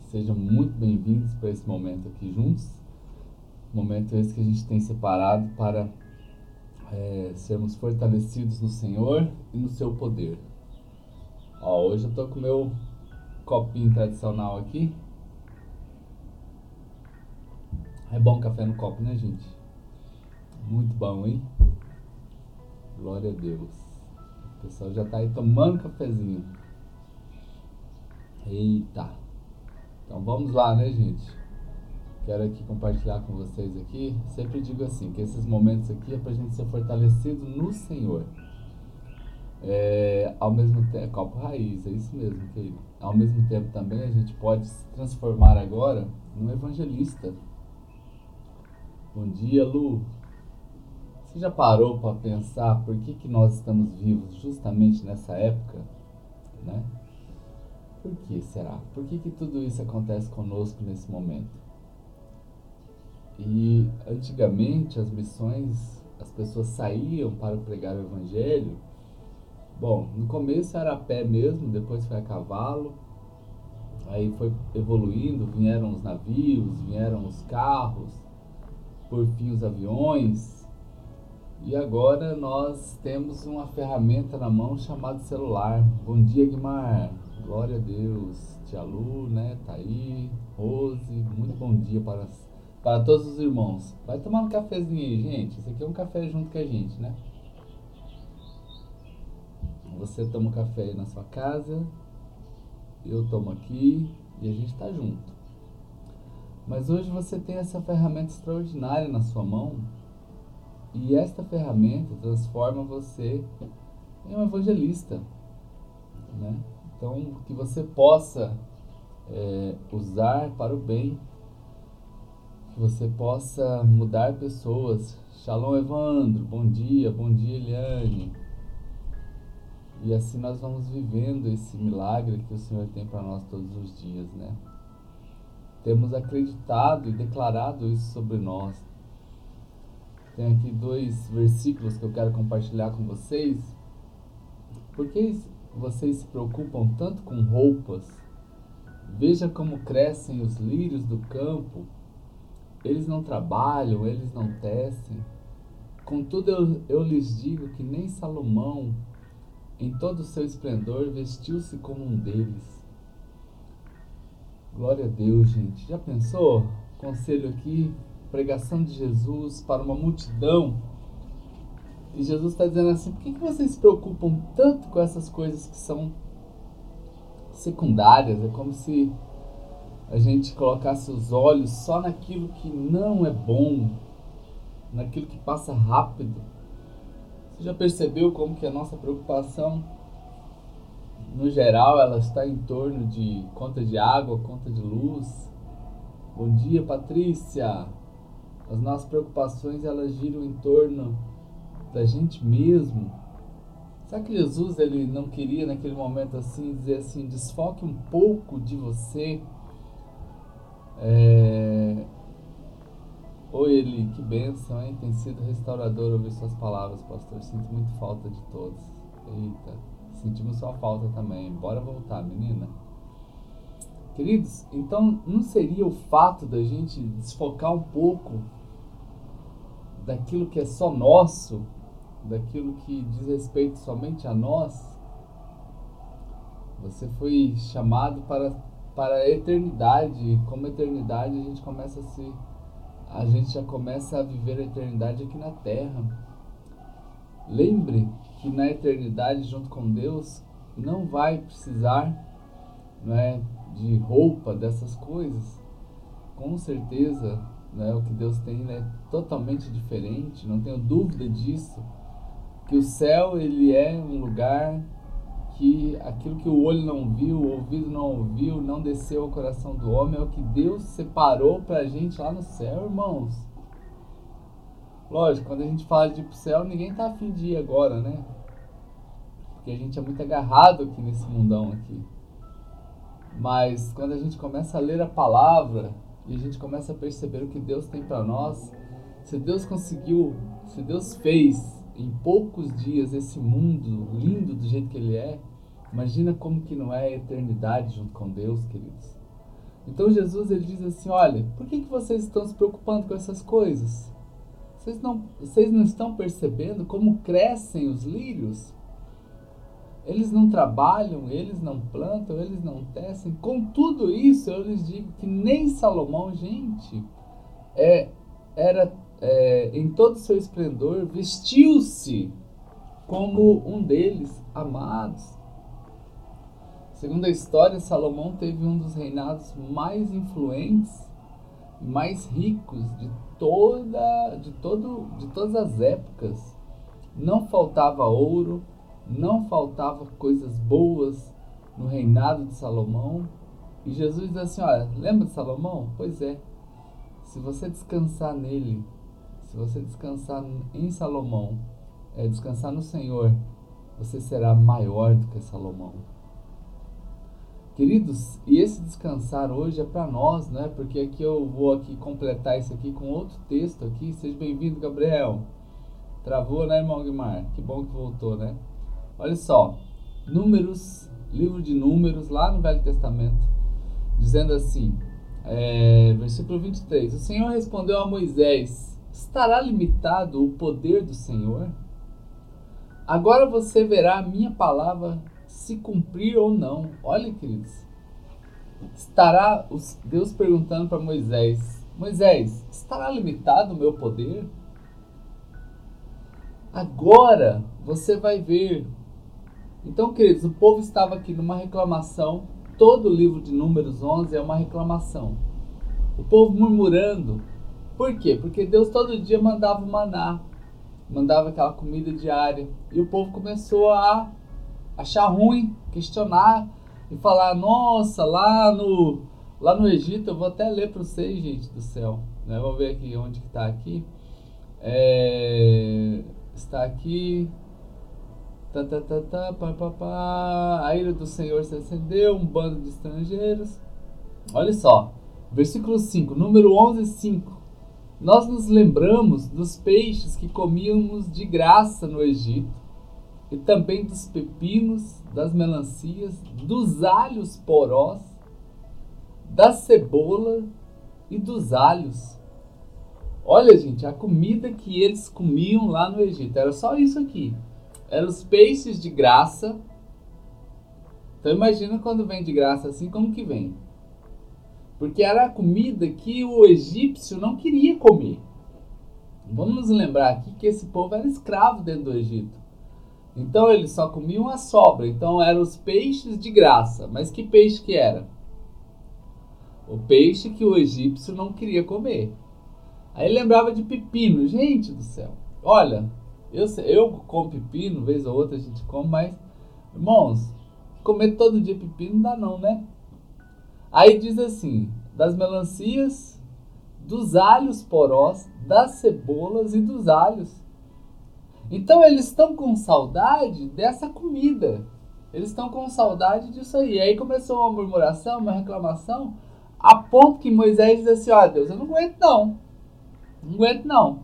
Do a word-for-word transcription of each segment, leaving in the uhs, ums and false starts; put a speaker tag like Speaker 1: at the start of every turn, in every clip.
Speaker 1: Sejam muito bem-vindos para esse momento aqui juntos. Momento esse que a gente tem separado para é, sermos fortalecidos no Senhor e no seu poder. Ó, hoje eu tô com o meu copinho tradicional aqui. É bom café no copo, né, gente? Muito bom, hein? Glória a Deus. O pessoal já tá aí tomando cafezinho. Eita! Então vamos lá, né, gente? Quero aqui compartilhar com vocês aqui. Sempre digo assim, que esses momentos aqui é pra gente ser fortalecido no Senhor. É, ao mesmo tempo, copo raiz, é isso mesmo, querido. Ao mesmo tempo também a gente pode se transformar agora num evangelista. Bom dia, Lu. Você já parou para pensar por que, que nós estamos vivos justamente nessa época, né? Por que será? Por que, que tudo isso acontece conosco nesse momento? E antigamente as missões, as pessoas saíam para pregar o evangelho. Bom, no começo era a pé mesmo, depois foi a cavalo, aí foi evoluindo, vieram os navios, vieram os carros, por fim os aviões. E agora nós temos uma ferramenta na mão chamada celular. Bom dia, Guimar. Glória a Deus. Tia Lu, né? Tá aí. Rose. Muito bom dia para, para todos os irmãos. Vai tomar um cafezinho aí, gente. Esse aqui é um café junto com a gente, né? Você toma um café aí na sua casa. Eu tomo aqui. E a gente tá junto. Mas hoje você tem essa ferramenta extraordinária na sua mão. E esta ferramenta transforma você em um evangelista, né? Então, que você possa é, usar para o bem, que você possa mudar pessoas. Shalom, Evandro, bom dia, bom dia, Eliane. E assim nós vamos vivendo esse milagre que o Senhor tem para nós todos os dias, né? Temos acreditado e declarado isso sobre nós. Tem aqui dois versículos que eu quero compartilhar com vocês. Por que vocês se preocupam tanto com roupas? Veja como crescem os lírios do campo. Eles não trabalham, eles não tecem. Contudo, eu, eu lhes digo que nem Salomão, em todo o seu esplendor, vestiu-se como um deles. Glória a Deus, gente. Já pensou? Conselho aqui. Pregação de Jesus para uma multidão. E Jesus está dizendo assim: por que, que vocês se preocupam tanto com essas coisas que são secundárias? É como se a gente colocasse os olhos só naquilo que não é bom, naquilo que passa rápido. Você já percebeu como que a nossa preocupação, no geral, ela está em torno de conta de água, conta de luz? Bom dia, Patrícia! As nossas preocupações, elas giram em torno da gente mesmo. Será que Jesus, ele não queria naquele momento assim, dizer assim, desfoque um pouco de você? É... Oi, Eli, que bênção, hein? Tem sido restaurador ouvir suas palavras, pastor. Sinto muito falta de todos. Eita, sentimos sua falta também. Bora voltar, menina. Queridos, então não seria o fato da gente desfocar um pouco daquilo que é só nosso, daquilo que diz respeito somente a nós? Você foi chamado para, para a eternidade. Como eternidade, a gente começa a se, a gente já começa a viver a eternidade aqui na Terra. Lembre que na eternidade, junto com Deus, não vai precisar, né, de roupa, dessas coisas. Com certeza, né, o que Deus tem, né, é totalmente diferente, não tenho dúvida disso. Que o céu, ele é um lugar que aquilo que o olho não viu, o ouvido não ouviu, não desceu ao coração do homem, é o que Deus separou pra gente lá no céu, irmãos. Lógico, quando a gente fala de ir pro céu, ninguém tá afim de ir agora, né? Porque a gente é muito agarrado aqui nesse mundão aqui. Mas quando a gente começa a ler a palavra e a gente começa a perceber o que Deus tem para nós, se Deus conseguiu, se Deus fez em poucos dias esse mundo lindo do jeito que ele é, imagina como que não é a eternidade junto com Deus, queridos. Então Jesus ele diz assim, olha, por que, que vocês estão se preocupando com essas coisas? Vocês não, vocês não estão percebendo como crescem os lírios? Eles não trabalham, eles não plantam, eles não tecem. Com tudo isso, eu lhes digo que nem Salomão, gente, é, era é, em todo o seu esplendor, vestiu-se como um deles, amados. Segundo a história, Salomão teve um dos reinados mais influentes, mais ricos de toda, de todo, de todas as épocas. Não faltava ouro, não faltava coisas boas no reinado de Salomão. E Jesus diz assim, olha, lembra de Salomão? Pois é, se você descansar nele, se você descansar em Salomão, é, descansar no Senhor, você será maior do que Salomão. Queridos, e esse descansar hoje é para nós, né? Porque aqui eu vou aqui completar isso aqui com outro texto aqui. Seja bem-vindo, Gabriel. Travou, né, irmão Guimar? Que bom que voltou, né? Olha só, Números, livro de Números, lá no Velho Testamento, dizendo assim, é, versículo vinte e três, o Senhor respondeu a Moisés, estará limitado o poder do Senhor? Agora você verá a minha palavra se cumprir ou não. Olha, queridos, estará Deus perguntando para Moisés, Moisés, estará limitado o meu poder? Agora você vai ver. Então, queridos, o povo estava aqui numa reclamação. Todo o livro de Números onze é uma reclamação. O povo murmurando. Por quê? Porque Deus todo dia mandava o maná, mandava aquela comida diária. E o povo começou a achar ruim, questionar e falar, nossa, lá no, lá no Egito, eu vou até ler para vocês, gente do céu. Né? Vamos ver aqui onde que está aqui. É, está aqui... Tá, tá, tá, tá, pá, pá, pá. A ira do Senhor se acendeu, um bando de estrangeiros. Olha só, versículo cinco, número onze, cinco. Nós nos lembramos dos peixes que comíamos de graça no Egito, e também dos pepinos, das melancias, dos alhos porós, da cebola e dos alhos. Olha, gente, a comida que eles comiam lá no Egito, era só isso aqui. Eram os peixes de graça. Então imagina quando vem de graça assim, como que vem? Porque era a comida que o egípcio não queria comer. Vamos nos lembrar aqui que esse povo era escravo dentro do Egito. Então eles só comiam a sobra. Então eram os peixes de graça. Mas que peixe que era? O peixe que o egípcio não queria comer. Aí lembrava de pepino. Gente do céu. Olha, eu, eu como pepino, vez ou outra a gente come, mas, irmãos, comer todo dia pepino não dá não, né? Aí diz assim, das melancias, dos alhos porós, das cebolas e dos alhos. Então eles estão com saudade dessa comida. Eles estão com saudade disso aí. Aí começou uma murmuração, uma reclamação, a ponto que Moisés diz assim, ó, oh, Deus, eu não aguento não. Não aguento não.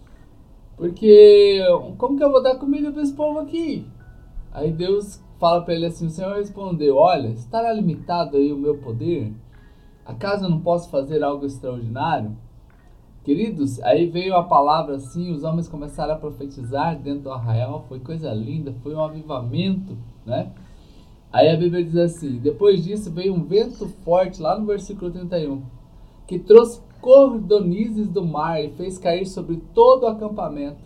Speaker 1: Porque como que eu vou dar comida para esse povo aqui? Aí Deus fala para ele assim, o Senhor respondeu, olha, estará limitado aí o meu poder? Acaso eu não posso fazer algo extraordinário? Queridos, aí veio a palavra assim, os homens começaram a profetizar dentro do arraial, foi coisa linda, foi um avivamento, né? Aí a Bíblia diz assim, depois disso veio um vento forte, lá no versículo trinta e um, que trouxe cordonizes do mar e fez cair sobre todo o acampamento,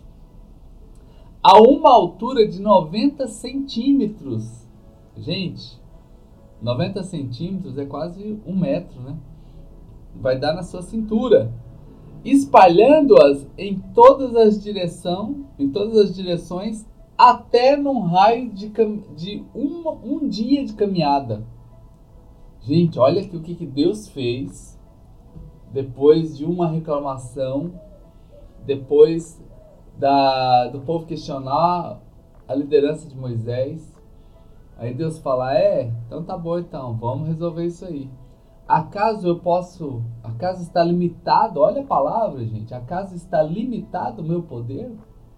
Speaker 1: a uma altura de noventa centímetros. Gente, noventa centímetros é quase um metro, né? Vai dar na sua cintura. Espalhando-as em todas as direções, em todas as direções, até num raio de, de uma, um dia de caminhada. Gente, olha aqui o que, que Deus fez depois de uma reclamação, depois da, do povo questionar a liderança de Moisés. Aí Deus fala, é, então tá bom então, vamos resolver isso aí. Acaso eu posso, acaso está limitado, olha a palavra, gente, acaso está limitado o meu poder?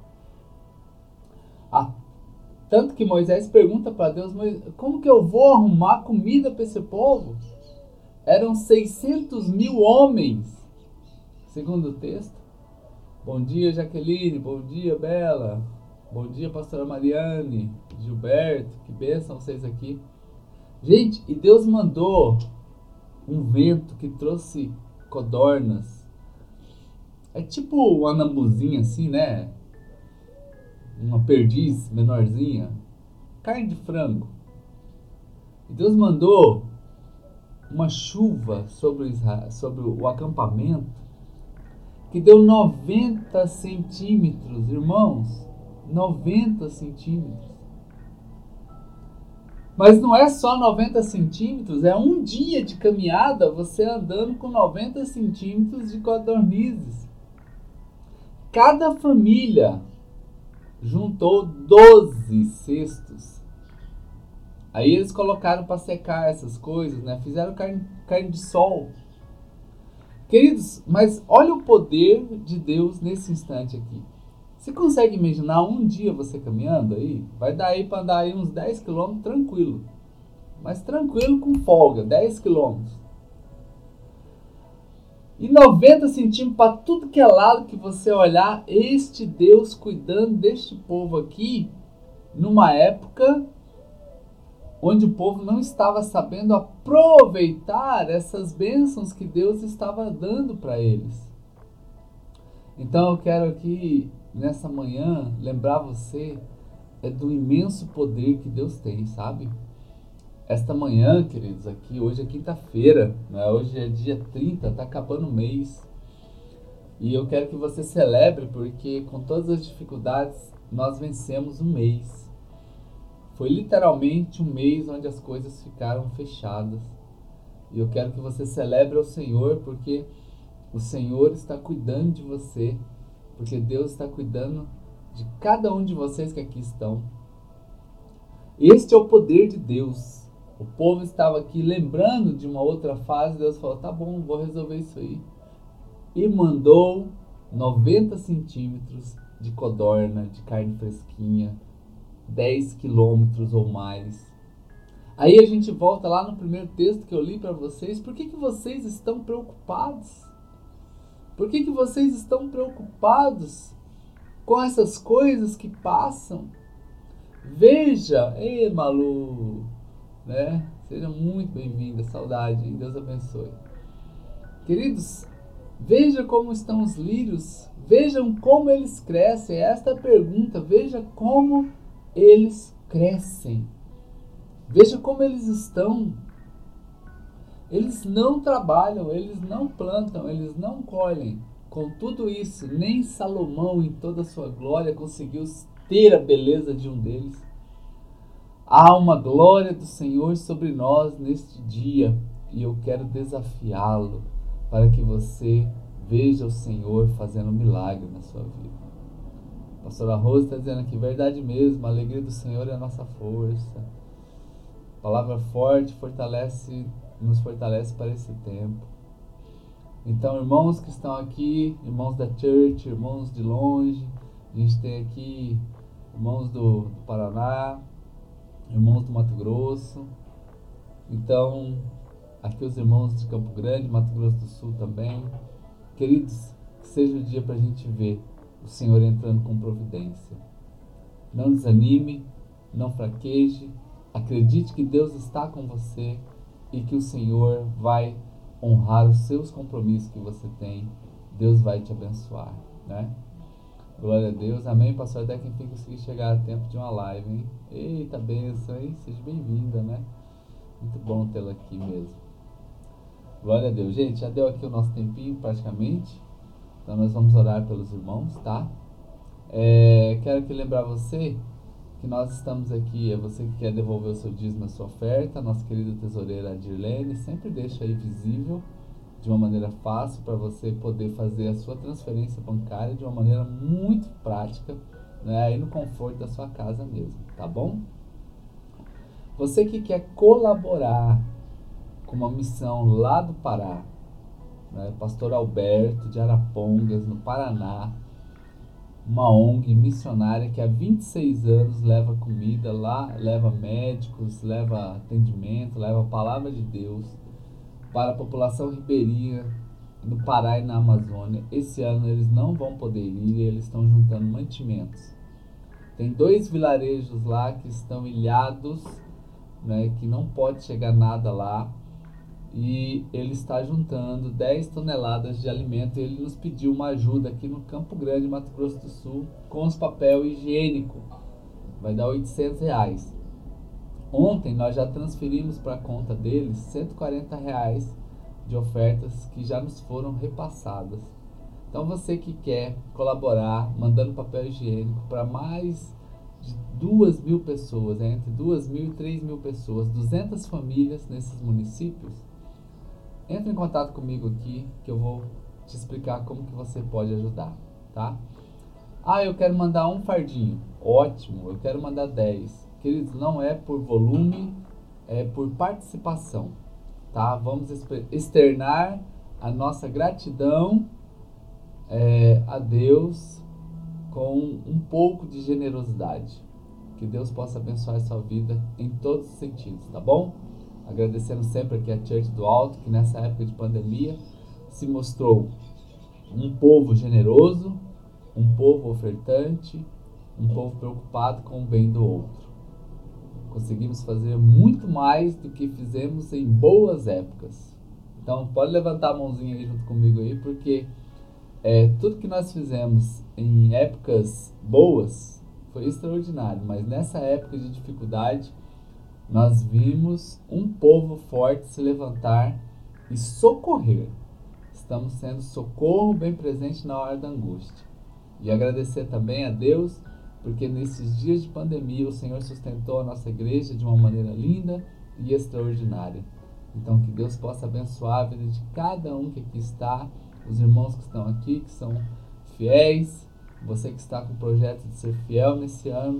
Speaker 1: Ah, tanto que Moisés pergunta para Deus, como que eu vou arrumar comida para esse povo? eram seiscentos mil homens, segundo o texto. Bom dia, Jaqueline, bom dia, Bela, bom dia, pastora Mariane, Gilberto, que bênção vocês aqui. Gente, e Deus mandou um vento que trouxe codornas. É tipo uma anambuzinha assim, né? Uma perdiz menorzinha. Carne de frango. E Deus mandou uma chuva sobre, Israel, sobre o acampamento que deu noventa centímetros, irmãos. noventa centímetros. Mas não é só noventa centímetros, é um dia de caminhada você andando com noventa centímetros de codornizes. Cada família juntou doze cestos. Aí eles colocaram para secar essas coisas, né? Fizeram carne, carne de sol. Queridos, mas olha o poder de Deus nesse instante aqui. Você consegue imaginar um dia você caminhando aí? Vai dar aí para andar aí uns dez quilômetros tranquilo. Mas tranquilo com folga, dez quilômetros. E noventa centímetros para tudo que é lado que você olhar, este Deus cuidando deste povo aqui, numa época onde o povo não estava sabendo aproveitar essas bênçãos que Deus estava dando para eles. Então eu quero aqui, nessa manhã, lembrar você é do imenso poder que Deus tem, sabe? Esta manhã, queridos, aqui, hoje é quinta-feira, né? Hoje é dia trinta, tá acabando o mês. E eu quero que você celebre, porque com todas as dificuldades, nós vencemos um mês. Foi literalmente um mês onde as coisas ficaram fechadas. E eu quero que você celebre ao Senhor, porque o Senhor está cuidando de você, porque Deus está cuidando de cada um de vocês que aqui estão. Este é o poder de Deus. O povo estava aqui lembrando de uma outra fase, Deus falou, tá bom, vou resolver isso aí. E mandou noventa centímetros de codorna, de carne fresquinha, dez quilômetros ou mais. Aí a gente volta lá no primeiro texto que eu li para vocês. Por que que vocês estão preocupados? Por que que vocês estão preocupados com essas coisas que passam? Veja, ei Malu, né? Seja muito bem-vinda, saudade, Deus abençoe. Queridos, veja como estão os lírios, vejam como eles crescem. Esta é a pergunta, veja como eles crescem. Veja como eles estão. Eles não trabalham, eles não plantam, eles não colhem. Com tudo isso, nem Salomão, em toda a sua glória, conseguiu ter a beleza de um deles. Há uma glória do Senhor sobre nós neste dia, e eu quero desafiá-lo para que você veja o Senhor fazendo um milagre na sua vida. A pastora Rosa está dizendo aqui, verdade mesmo, a alegria do Senhor é a nossa força. Palavra forte fortalece, nos fortalece para esse tempo. Então, irmãos que estão aqui, irmãos da church, irmãos de longe, a gente tem aqui irmãos do, do Paraná, irmãos do Mato Grosso. Então, aqui os irmãos de Campo Grande, Mato Grosso do Sul também. Queridos, que seja o dia para a gente ver o Senhor entrando com providência. Não desanime, não fraqueje, acredite que Deus está com você e que o Senhor vai honrar os seus compromissos que você tem. Deus vai te abençoar, né? Glória a Deus, amém. Pastor, até que enfim consegui chegar a tempo de uma live, hein? Eita, bênção, hein? Seja bem-vinda, né? Muito bom tê-la aqui mesmo. Glória a Deus. Gente, já deu aqui o nosso tempinho praticamente. Então nós vamos orar pelos irmãos, tá? É, quero aqui lembrar você que nós estamos aqui, é você que quer devolver o seu dízimo, a sua oferta, nossa querida tesoureira Dirlene, sempre deixa aí visível, de uma maneira fácil, para você poder fazer a sua transferência bancária de uma maneira muito prática, né, aí no conforto da sua casa mesmo, tá bom? Você que quer colaborar com uma missão lá do Pará, né, Pastor Alberto de Arapongas, no Paraná, uma O N G missionária que há vinte e seis anos leva comida lá, leva médicos, leva atendimento, leva a palavra de Deus para a população ribeirinha no Pará e na Amazônia. Esse ano eles não vão poder ir, eles estão juntando mantimentos. Tem dois vilarejos lá que estão ilhados, né, que não pode chegar nada lá, e ele está juntando dez toneladas de alimento. E ele nos pediu uma ajuda aqui no Campo Grande, Mato Grosso do Sul, com os papel higiênico. Vai dar oitocentos reais. Ontem nós já transferimos para a conta deles cento e quarenta reais de ofertas que já nos foram repassadas. Então você que quer colaborar mandando papel higiênico para mais de duas mil pessoas, é, entre duas mil e três mil pessoas, duzentas famílias nesses municípios, entre em contato comigo aqui que eu vou te explicar como que você pode ajudar, tá? Ah, eu quero mandar um fardinho. Ótimo, eu quero mandar dez. Queridos, não é por volume, é por participação, tá? Vamos externar a nossa gratidão é, a Deus com um pouco de generosidade. Que Deus possa abençoar a sua vida em todos os sentidos, tá bom? Agradecendo sempre aqui a Church do Alto, que nessa época de pandemia se mostrou um povo generoso, um povo ofertante, um povo preocupado com o bem do outro. Conseguimos fazer muito mais do que fizemos em boas épocas. Então pode levantar a mãozinha aí junto comigo aí, porque é, tudo que nós fizemos em épocas boas foi extraordinário, mas nessa época de dificuldade nós vimos um povo forte se levantar e socorrer. Estamos sendo socorro bem presente na hora da angústia. E agradecer também a Deus, porque nesses dias de pandemia o Senhor sustentou a nossa igreja de uma maneira linda e extraordinária. Então que Deus possa abençoar a vida de cada um que aqui está, os irmãos que estão aqui, que são fiéis, você que está com o projeto de ser fiel nesse ano,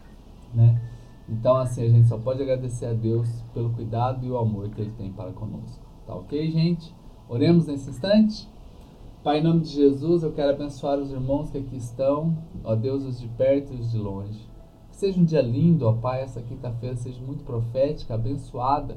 Speaker 1: né? Então assim, a gente só pode agradecer a Deus pelo cuidado e o amor que Ele tem para conosco. Tá ok, gente? Oremos nesse instante. Pai, em nome de Jesus, eu quero abençoar os irmãos que aqui estão, ó Deus, os de perto e os de longe. Que seja um dia lindo, ó Pai, essa quinta-feira seja muito profética, abençoada.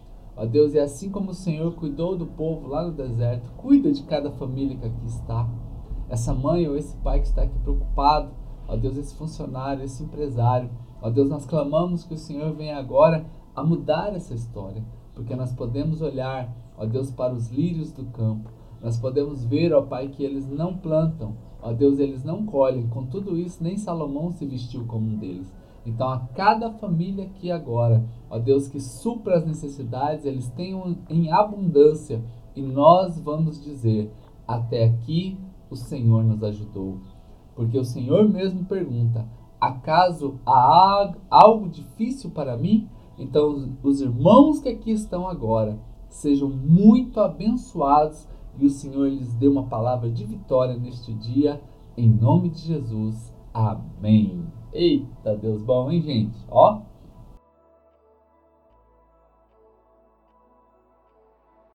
Speaker 1: Ó Deus, e assim como o Senhor cuidou do povo lá no deserto, cuida de cada família que aqui está. Essa mãe ou esse pai que está aqui preocupado, ó Deus, esse funcionário, esse empresário. Ó Deus, nós clamamos que o Senhor venha agora a mudar essa história, porque nós podemos olhar, ó Deus, para os lírios do campo. Nós podemos ver, ó Pai, que eles não plantam, ó Deus, eles não colhem. Com tudo isso, nem Salomão se vestiu como um deles. Então, a cada família aqui agora, ó Deus, que supra as necessidades, eles tenham em abundância. E nós vamos dizer, até aqui o Senhor nos ajudou. Porque o Senhor mesmo pergunta, acaso há algo difícil para mim? Então, os irmãos que aqui estão agora, sejam muito abençoados e o Senhor lhes dê uma palavra de vitória neste dia, em nome de Jesus. Amém. Eita, Deus bom, hein, gente? Ó,